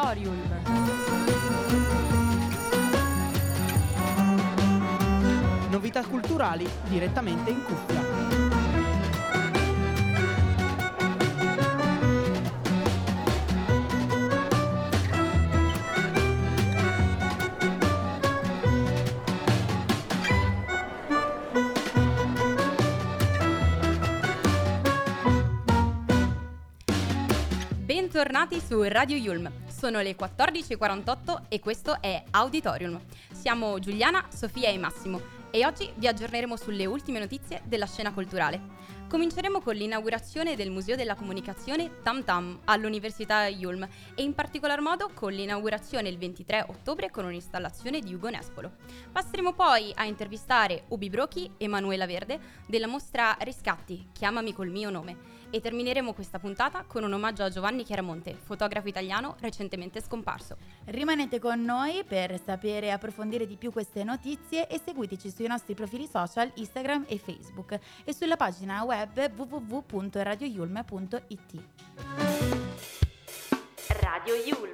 Auditorium. Novità culturali direttamente in cuffia. Bentornati su Radio Yulm. Sono le 14:48 e questo è Auditorium. Siamo Giuliana, Sofia e Massimo e oggi vi aggiorneremo sulle ultime notizie della scena culturale. Cominceremo con l'inaugurazione del Museo della Comunicazione Tam Tam all'Università Yulm e in particolar modo con l'inaugurazione il 23 ottobre con un'installazione di Ugo Nespolo. Passeremo poi a intervistare Ubi Brochi e Manuela Verde della mostra Riscatti, chiamami col mio nome. E termineremo questa puntata con un omaggio a Giovanni Chiaramonte, fotografo italiano recentemente scomparso. Rimanete con noi per sapere e approfondire di più queste notizie e seguiteci sui nostri profili social Instagram e Facebook e sulla pagina web www.radioyulm.it. Radio Yulm.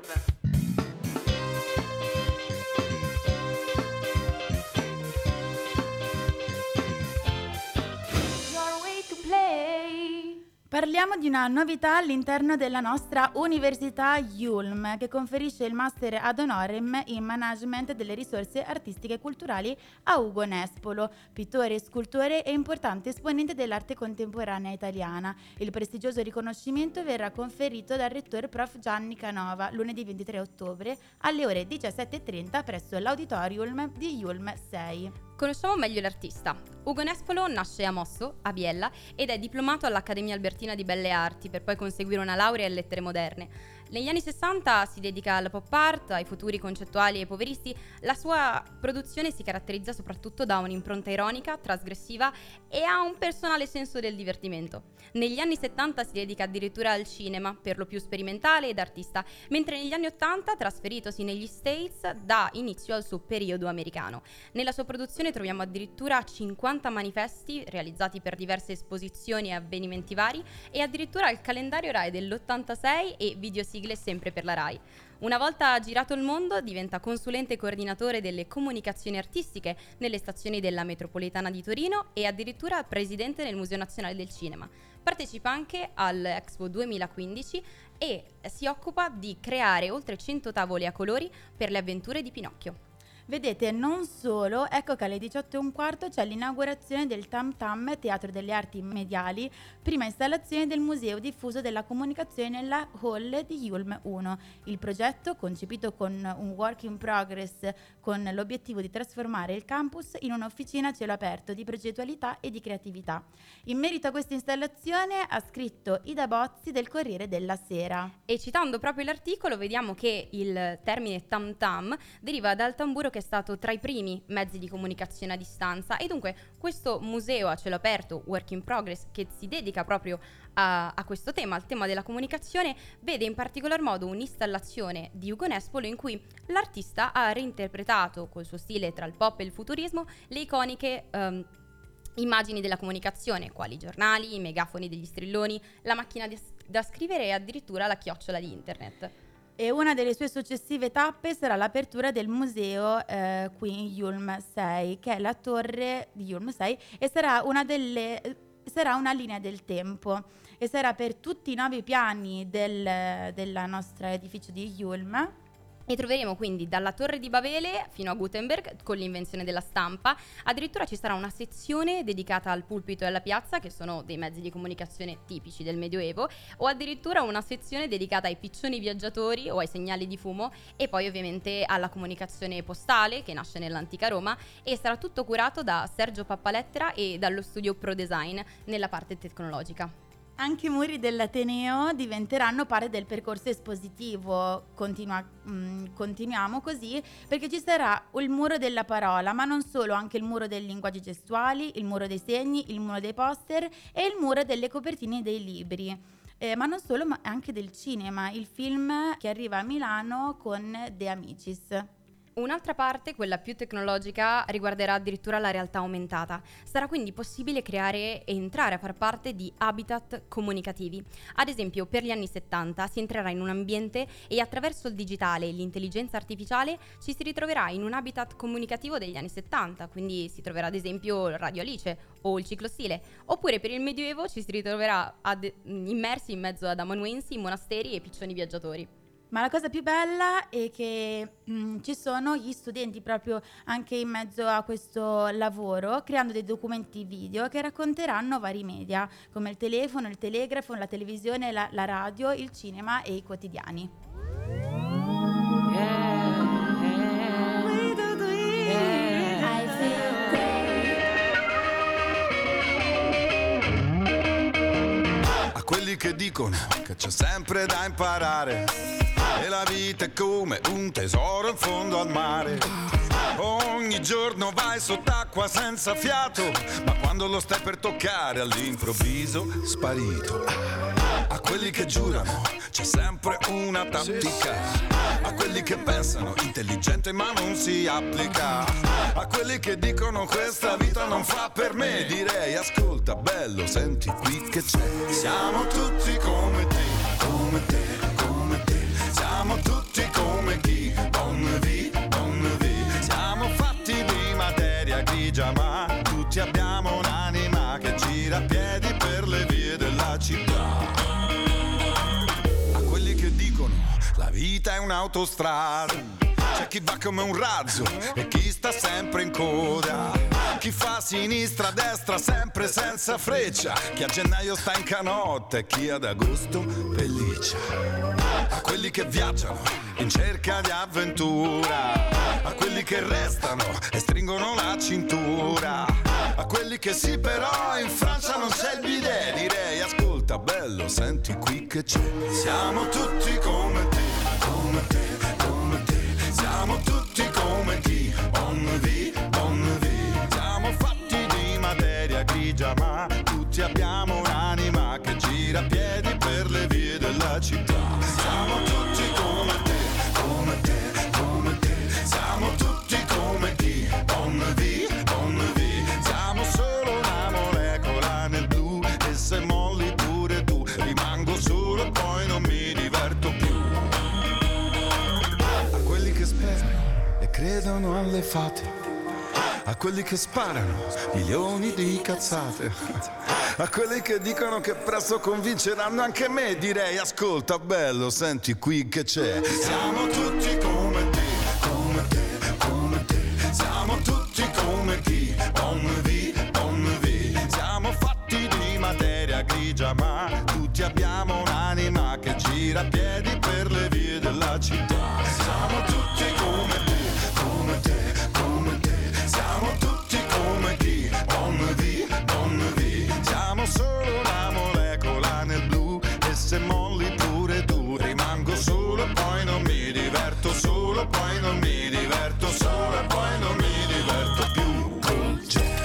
Parliamo di una novità all'interno della nostra Università Yulm, che conferisce il Master ad honorem in Management delle risorse artistiche e culturali a Ugo Nespolo, pittore, scultore e importante esponente dell'arte contemporanea italiana. Il prestigioso riconoscimento verrà conferito dal rettore Prof. Gianni Canova lunedì 23 ottobre alle ore 17:30 presso l'Auditorium di Yulm 6. Conosciamo meglio l'artista. Ugo Nespolo nasce a Mosso, a Biella, ed è diplomato all'Accademia Albertina di Belle Arti per poi conseguire una laurea in lettere moderne. Negli anni 60 si dedica alla pop art, ai futuri concettuali e poveristi. La sua produzione si caratterizza soprattutto da un'impronta ironica, trasgressiva e ha un personale senso del divertimento. Negli anni 70 si dedica addirittura al cinema, per lo più sperimentale ed artista, mentre negli anni 80, trasferitosi negli States, dà inizio al suo periodo americano. Nella sua produzione troviamo addirittura 50 manifesti realizzati per diverse esposizioni e avvenimenti vari e addirittura il calendario Rai dell'86 e videosigle sempre per la Rai. Una volta girato il mondo diventa consulente e coordinatore delle comunicazioni artistiche nelle stazioni della metropolitana di Torino e addirittura presidente del Museo Nazionale del Cinema. Partecipa anche all'Expo 2015 e si occupa di creare oltre 100 tavole a colori per le avventure di Pinocchio. Vedete, non solo, ecco che alle 18:15 c'è l'inaugurazione del Tam Tam Teatro delle Arti Mediali, prima installazione del Museo Diffuso della Comunicazione nella Hall di Yulm 1. Il progetto, concepito con un work in progress con l'obiettivo di trasformare il campus in un'officina a cielo aperto di progettualità e di creatività. In merito a questa installazione ha scritto Ida Bozzi del Corriere della Sera. E citando proprio l'articolo vediamo che il termine Tam Tam deriva dal tamburo che è stato tra i primi mezzi di comunicazione a distanza e dunque questo museo a cielo aperto, work in progress, che si dedica proprio a questo tema, al tema della comunicazione, vede in particolar modo un'installazione di Ugo Nespolo in cui l'artista ha reinterpretato col suo stile tra il pop e il futurismo le iconiche immagini della comunicazione, quali i giornali, i megafoni degli strilloni, la macchina da scrivere e addirittura la chiocciola di internet. E una delle sue successive tappe sarà l'apertura del museo qui in Yulm 6, che è la torre di Yulm 6 e sarà una linea del tempo e sarà per tutti i 9 piani della nostra edificio di Yulm. E troveremo quindi dalla Torre di Babele fino a Gutenberg con l'invenzione della stampa. Addirittura ci sarà una sezione dedicata al pulpito e alla piazza, che sono dei mezzi di comunicazione tipici del Medioevo, o addirittura una sezione dedicata ai piccioni viaggiatori o ai segnali di fumo, e poi ovviamente alla comunicazione postale che nasce nell'antica Roma, e sarà tutto curato da Sergio Pappalettera e dallo studio Pro Design nella parte tecnologica. Anche i muri dell'Ateneo diventeranno parte del percorso espositivo, continuiamo così, perché ci sarà il muro della parola, ma non solo, anche il muro dei linguaggi gestuali, il muro dei segni, il muro dei poster e il muro delle copertine dei libri. Ma non solo, ma anche del cinema, il film che arriva a Milano con De Amicis. Un'altra parte, quella più tecnologica, riguarderà addirittura la realtà aumentata. Sarà quindi possibile creare e entrare a far parte di habitat comunicativi. Ad esempio, per gli anni 70 si entrerà in un ambiente e attraverso il digitale e l'intelligenza artificiale ci si ritroverà in un habitat comunicativo degli anni 70, quindi si troverà ad esempio Radio Alice o il ciclostile. Oppure per il Medioevo ci si ritroverà immersi in mezzo ad amanuensi, monasteri e piccioni viaggiatori. Ma la cosa più bella è che ci sono gli studenti proprio anche in mezzo a questo lavoro, creando dei documenti video che racconteranno vari media, come il telefono, il telegrafo, la televisione, la radio, il cinema e i quotidiani. A quelli che dicono che c'è sempre da imparare e la vita è come un tesoro in fondo al mare. Ogni giorno vai sott'acqua senza fiato, ma quando lo stai per toccare all'improvviso sparito. A quelli che giurano c'è sempre una tattica, a quelli che pensano intelligente ma non si applica, a quelli che dicono questa vita non fa per me, direi ascolta bello, senti qui che c'è. Siamo tutti come te, come te, come te. Siamo tutti come chi, bonne vie, bonne vie. Siamo fatti di materia grigia ma tutti abbiamo un'anima che gira a piedi per le vie della città. A quelli che dicono la vita è un'autostrada, c'è chi va come un razzo e chi sta sempre in coda, chi fa sinistra, destra, sempre senza freccia, chi a gennaio sta in canotta e chi ad agosto pelliccia. A quelli che viaggiano in cerca di avventura, a quelli che restano e stringono la cintura, a quelli che sì però in Francia non c'è il bidet, direi ascolta bello, senti qui che c'è. Siamo tutti come te, come te, come te. Siamo tutti come chi, bonne vie, bonne vie. Siamo fatti di materia grigia ma tutti abbiamo un'anima che gira a piedi per le vie della città. Siamo tutti come te, come te, come te. Siamo tutti come chi, bonne vie, bonne vie. Siamo solo una molecola nel blu e se molli pure tu rimango solo e poi non mi diverto più. A quelli che sperano e credono alle fate, a quelli che sparano milioni di cazzate, a quelli che dicono che presto convinceranno anche me, direi ascolta bello, senti qui che c'è. Siamo tutti come te, come te, come te. Siamo tutti come chi, bonne vie, bonne vie. Siamo fatti di materia grigia ma tutti abbiamo un'anima che gira a piedi per le vie della città. Siamo tutti come te, come te, come te. Siamo tutti come chi, bonne vie, bonne vie. Siamo solo una molecola nel blu e se molli pure tu rimango solo e poi non mi diverto, solo e poi non mi diverto, solo e poi non mi diverto più col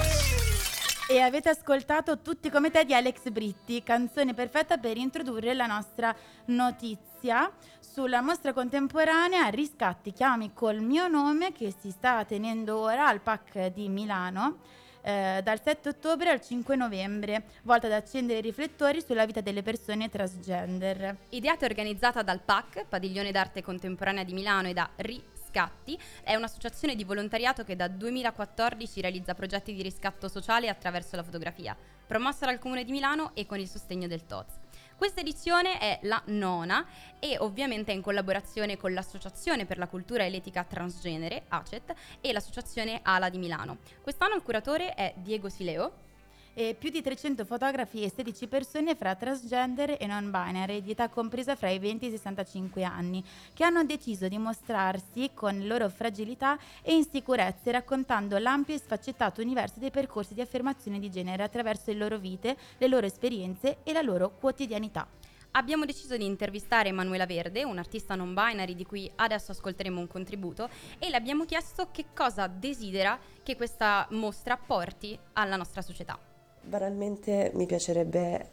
jazz. E avete ascoltato Tutti come te di Alex Britti, canzone perfetta per introdurre la nostra notizia sulla mostra contemporanea Riscatti, chiami col mio nome, che si sta tenendo ora al PAC di Milano dal 7 ottobre al 5 novembre, volta ad accendere i riflettori sulla vita delle persone transgender. Ideata e organizzata dal PAC, Padiglione d'Arte Contemporanea di Milano, e da Riscatti, è un'associazione di volontariato che da 2014 realizza progetti di riscatto sociale attraverso la fotografia, promossa dal Comune di Milano e con il sostegno del TOZ. Questa edizione è la 9ª e ovviamente è in collaborazione con l'Associazione per la Cultura e l'Etica Transgenere, ACET, e l'Associazione ALA di Milano. Quest'anno il curatore è Diego Sileo. E più di 300 fotografi e 16 persone fra transgender e non binary di età compresa fra i 20 e i 65 anni, che hanno deciso di mostrarsi con le loro fragilità e insicurezze, raccontando l'ampio e sfaccettato universo dei percorsi di affermazione di genere attraverso le loro vite, le loro esperienze e la loro quotidianità. Abbiamo deciso di intervistare Emanuela Verde, un'artista non binary di cui adesso ascolteremo un contributo, e le abbiamo chiesto che cosa desidera che questa mostra porti alla nostra società. Banalmente mi piacerebbe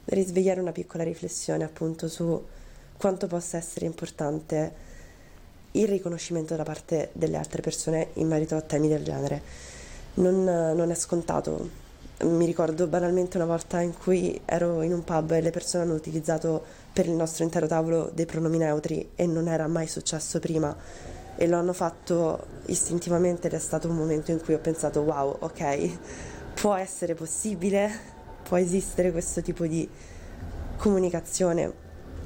risvegliare una piccola riflessione appunto su quanto possa essere importante il riconoscimento da parte delle altre persone in merito a temi del genere. Non è scontato. Mi ricordo banalmente una volta in cui ero in un pub e le persone hanno utilizzato per il nostro intero tavolo dei pronomi neutri e non era mai successo prima, e lo hanno fatto istintivamente, ed è stato un momento in cui ho pensato wow, ok, può essere possibile, può esistere questo tipo di comunicazione.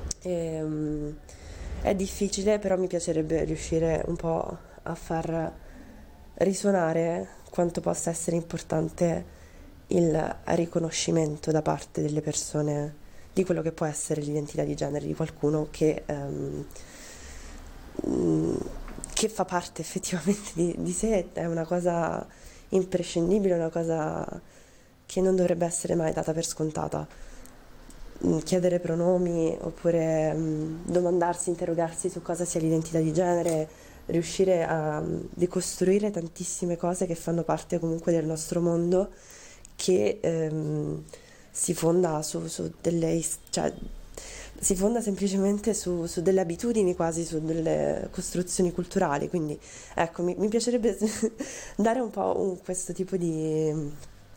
È difficile, però mi piacerebbe riuscire un po' a far risuonare quanto possa essere importante il riconoscimento da parte delle persone di quello che può essere l'identità di genere di qualcuno che fa parte effettivamente di sé. È una cosa imprescindibile, una cosa che non dovrebbe essere mai data per scontata. Chiedere pronomi oppure domandarsi, interrogarsi su cosa sia l'identità di genere, riuscire a decostruire tantissime cose che fanno parte comunque del nostro mondo, che si fonda su delle, cioè, si fonda semplicemente su delle abitudini, quasi su delle costruzioni culturali. Quindi ecco, mi piacerebbe dare un po' questo tipo di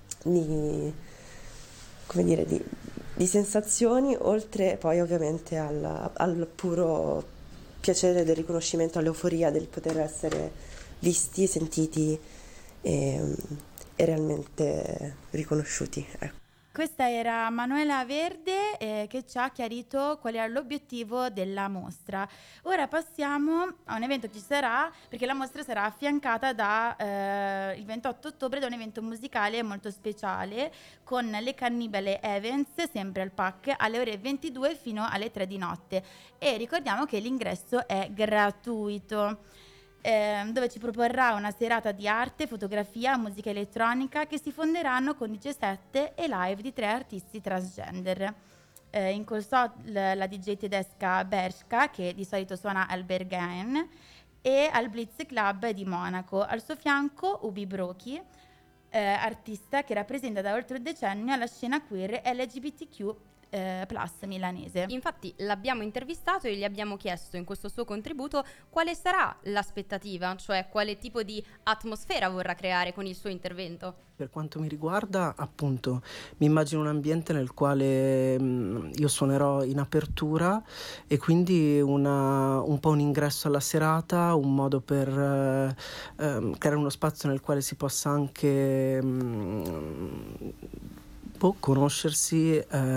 come dire, di sensazioni, oltre poi ovviamente al puro piacere del riconoscimento, all'euforia del poter essere visti, sentiti e realmente riconosciuti. Ecco. Questa era Manuela Verde che ci ha chiarito qual era l'obiettivo della mostra. Ora passiamo a un evento che ci sarà, perché la mostra sarà affiancata il 28 ottobre da un evento musicale molto speciale con le Cannibale Evans, sempre al PAC, alle ore 22 fino alle 3 di notte. E ricordiamo che l'ingresso è gratuito. Dove ci proporrà una serata di arte, fotografia, musica elettronica che si fonderanno con DJ set e live di 3 artisti transgender. In console la DJ tedesca Bershka, che di solito suona al Berghain, e al Blitz Club di Monaco. Al suo fianco Ubi Brochi, artista che rappresenta da oltre un decennio la scena queer LGBTQ plus milanese. Infatti l'abbiamo intervistato e gli abbiamo chiesto in questo suo contributo quale sarà l'aspettativa, cioè quale tipo di atmosfera vorrà creare con il suo intervento. Per quanto mi riguarda, appunto, mi immagino un ambiente nel quale io suonerò in apertura, e quindi un po' un ingresso alla serata, un modo per creare uno spazio nel quale si possa anche conoscersi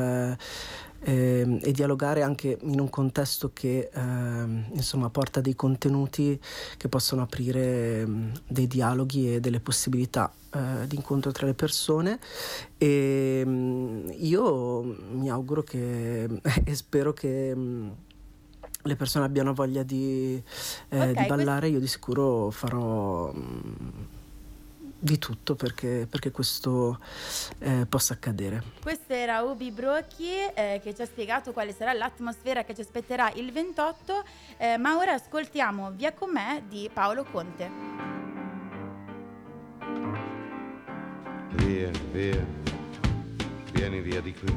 e dialogare anche in un contesto che insomma porta dei contenuti che possono aprire dei dialoghi e delle possibilità di incontro tra le persone. E io mi auguro che e spero che le persone abbiano voglia di ballare. Io di sicuro farò di tutto perché questo possa accadere. Questo era Ubi Brochi che ci ha spiegato quale sarà l'atmosfera che ci aspetterà il 28, ma ora ascoltiamo Via con me di Paolo Conte. Via, via, vieni via di qui.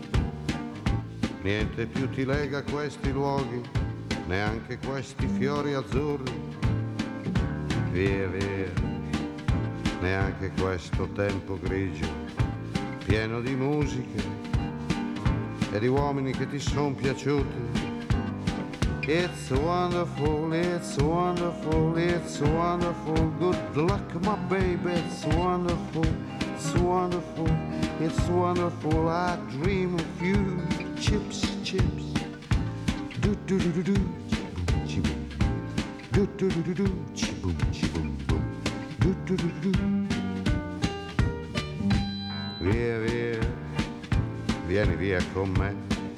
Niente più ti lega a questi luoghi, neanche questi fiori azzurri. Via, via, neanche questo tempo grigio, pieno di musiche e di uomini che ti son piaciuti. It's wonderful, it's wonderful, it's wonderful, good luck my baby, it's wonderful, it's wonderful, it's wonderful, I dream of you, chips, chips, do do do do do, chi-boom, do do do do do, chi-boom, chi-boom, boom. Du, du, du, du. Via, via, vieni via con me.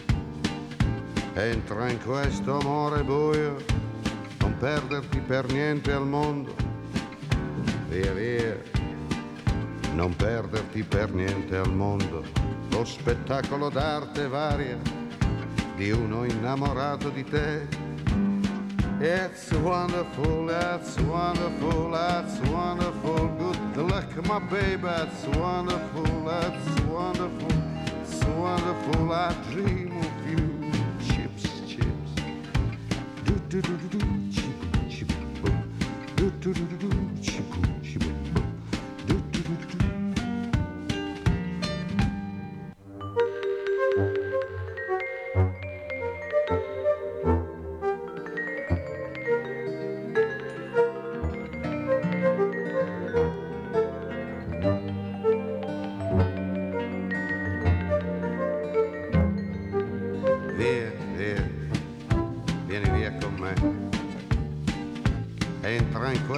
Entra in questo amore buio, non perderti per niente al mondo. Via, via, non perderti per niente al mondo. Lo spettacolo d'arte varia di uno innamorato di te. It's wonderful, that's wonderful, that's wonderful, good luck my baby, that's wonderful, that's wonderful, it's wonderful, I dream of you, chips, chips, do do do do do, chip,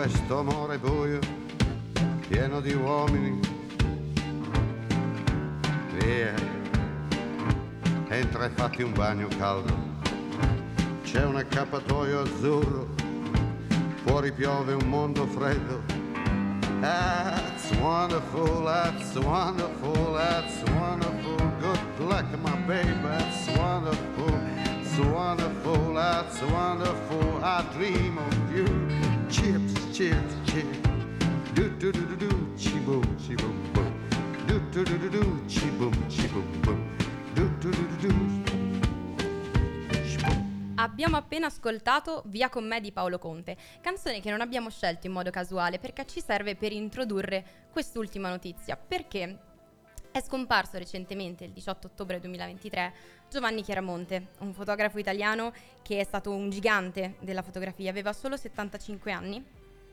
questo amore buio, pieno di uomini. Via, entra e fatti un bagno caldo, c'è un accappatoio azzurro, fuori piove un mondo freddo. That's wonderful, that's wonderful, that's wonderful. Good luck, my baby, that's wonderful, it's wonderful, that's wonderful. I dream of you. Chips, chips, chips. Do do do do do, chi boom, boom. Do do do do do, chi boom, boom. Do do do do do. Abbiamo appena ascoltato Via con me di Paolo Conte, canzone che non abbiamo scelto in modo casuale perché ci serve per introdurre quest'ultima notizia, perché è scomparso recentemente, il 18 ottobre 2023, Giovanni Chiaramonte, un fotografo italiano che è stato un gigante della fotografia, aveva solo 75 anni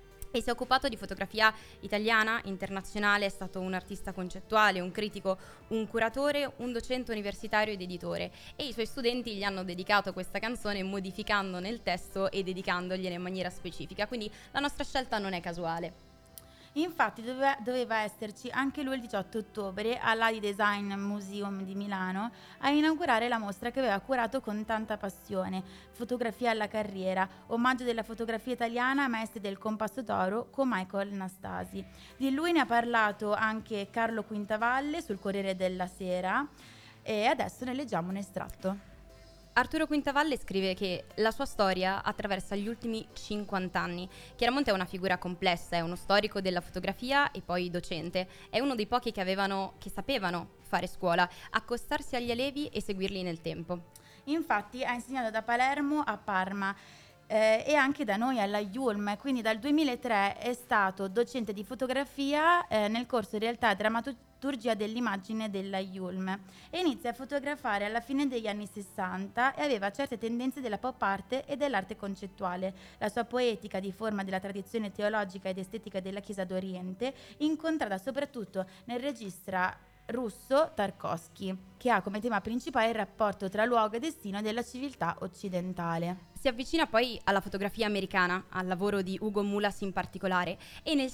e si è occupato di fotografia italiana, internazionale, è stato un artista concettuale, un critico, un curatore, un docente universitario ed editore, e i suoi studenti gli hanno dedicato questa canzone modificandone il testo e dedicandogliene in maniera specifica, quindi la nostra scelta non è casuale. Infatti doveva esserci anche lui il 18 ottobre all'Adi Design Museum di Milano a inaugurare la mostra che aveva curato con tanta passione, Fotografia alla carriera, omaggio della fotografia italiana a maestri del compasso d'oro con Michael Nastasi. Di lui ne ha parlato anche Carlo Quintavalle sul Corriere della Sera e adesso ne leggiamo un estratto. Arturo Quintavalle scrive che la sua storia attraversa gli ultimi 50 anni. Chiaramonte è una figura complessa, è uno storico della fotografia e poi docente. È uno dei pochi che sapevano fare scuola, accostarsi agli allievi e seguirli nel tempo. Infatti ha insegnato da Palermo a Parma e anche da noi alla IULM, quindi dal 2003 è stato docente di fotografia nel corso di realtà e drammaturgia dell'immagine della IULM e inizia a fotografare alla fine degli anni 60 e aveva certe tendenze della pop art e dell'arte concettuale. La sua poetica di forma della tradizione teologica ed estetica della Chiesa d'Oriente, incontrata soprattutto nel regista russo Tarkovsky, che ha come tema principale il rapporto tra luogo e destino della civiltà occidentale. Si avvicina poi alla fotografia americana, al lavoro di Hugo Mulas in particolare, e nel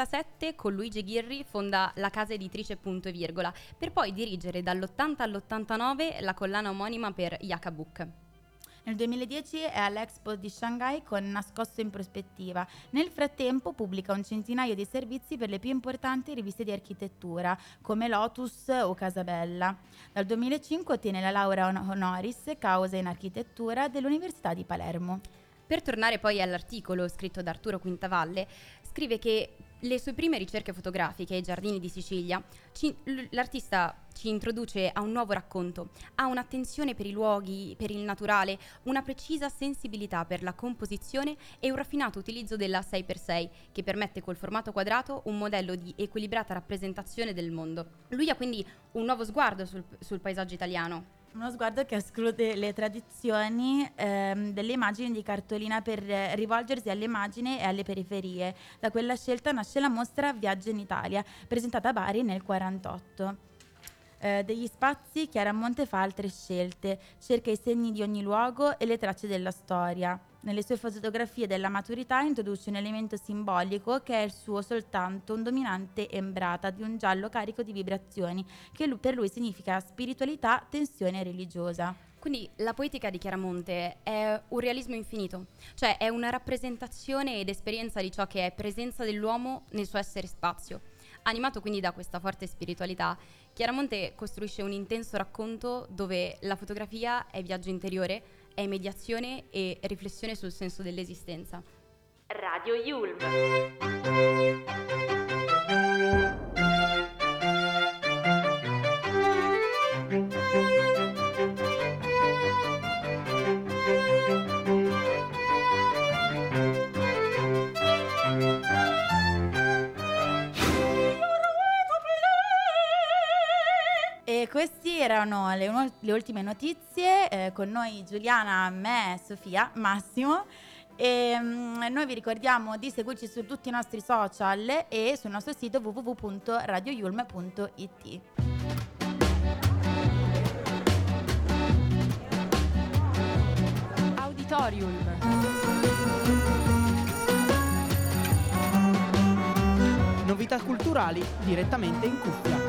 77 con Luigi Ghirri fonda la casa editrice Punto e Virgola, per poi dirigere dall'80 all'89 la collana omonima per Yaka Book. Nel 2010 è all'Expo di Shanghai con Nascosto in prospettiva. Nel frattempo pubblica un centinaio di servizi per le più importanti riviste di architettura, come Lotus o Casabella. Dal 2005 ottiene la laurea honoris causa in architettura dell'Università di Palermo. Per tornare poi all'articolo scritto da Arturo Quintavalle, scrive che le sue prime ricerche fotografiche ai giardini di Sicilia, l'artista ci introduce a un nuovo racconto, ha un'attenzione per i luoghi, per il naturale, una precisa sensibilità per la composizione e un raffinato utilizzo della 6x6 che permette col formato quadrato un modello di equilibrata rappresentazione del mondo. Lui ha quindi un nuovo sguardo sul paesaggio italiano. Uno sguardo che esclude le tradizioni delle immagini di cartolina per rivolgersi all'immagine e alle periferie. Da quella scelta nasce la mostra Viaggio in Italia, presentata a Bari nel 1948. Degli spazi Chiaramonte fa altre scelte, cerca i segni di ogni luogo e le tracce della storia. Nelle sue fotografie della maturità introduce un elemento simbolico che è il suo soltanto un dominante embrata di un giallo carico di vibrazioni, che per lui significa spiritualità, tensione religiosa. Quindi la poetica di Chiaramonte è un realismo infinito, cioè è una rappresentazione ed esperienza di ciò che è presenza dell'uomo nel suo essere spazio. Animato quindi da questa forte spiritualità, Chiaramonte costruisce un intenso racconto dove la fotografia è viaggio interiore, è mediazione e riflessione sul senso dell'esistenza. Radio Yulm. E queste erano le ultime notizie, con noi Giuliana, me, Sofia, Massimo, e noi vi ricordiamo di seguirci su tutti i nostri social e sul nostro sito www.radioyulm.it. Auditorium. novità culturali direttamente in cuffia.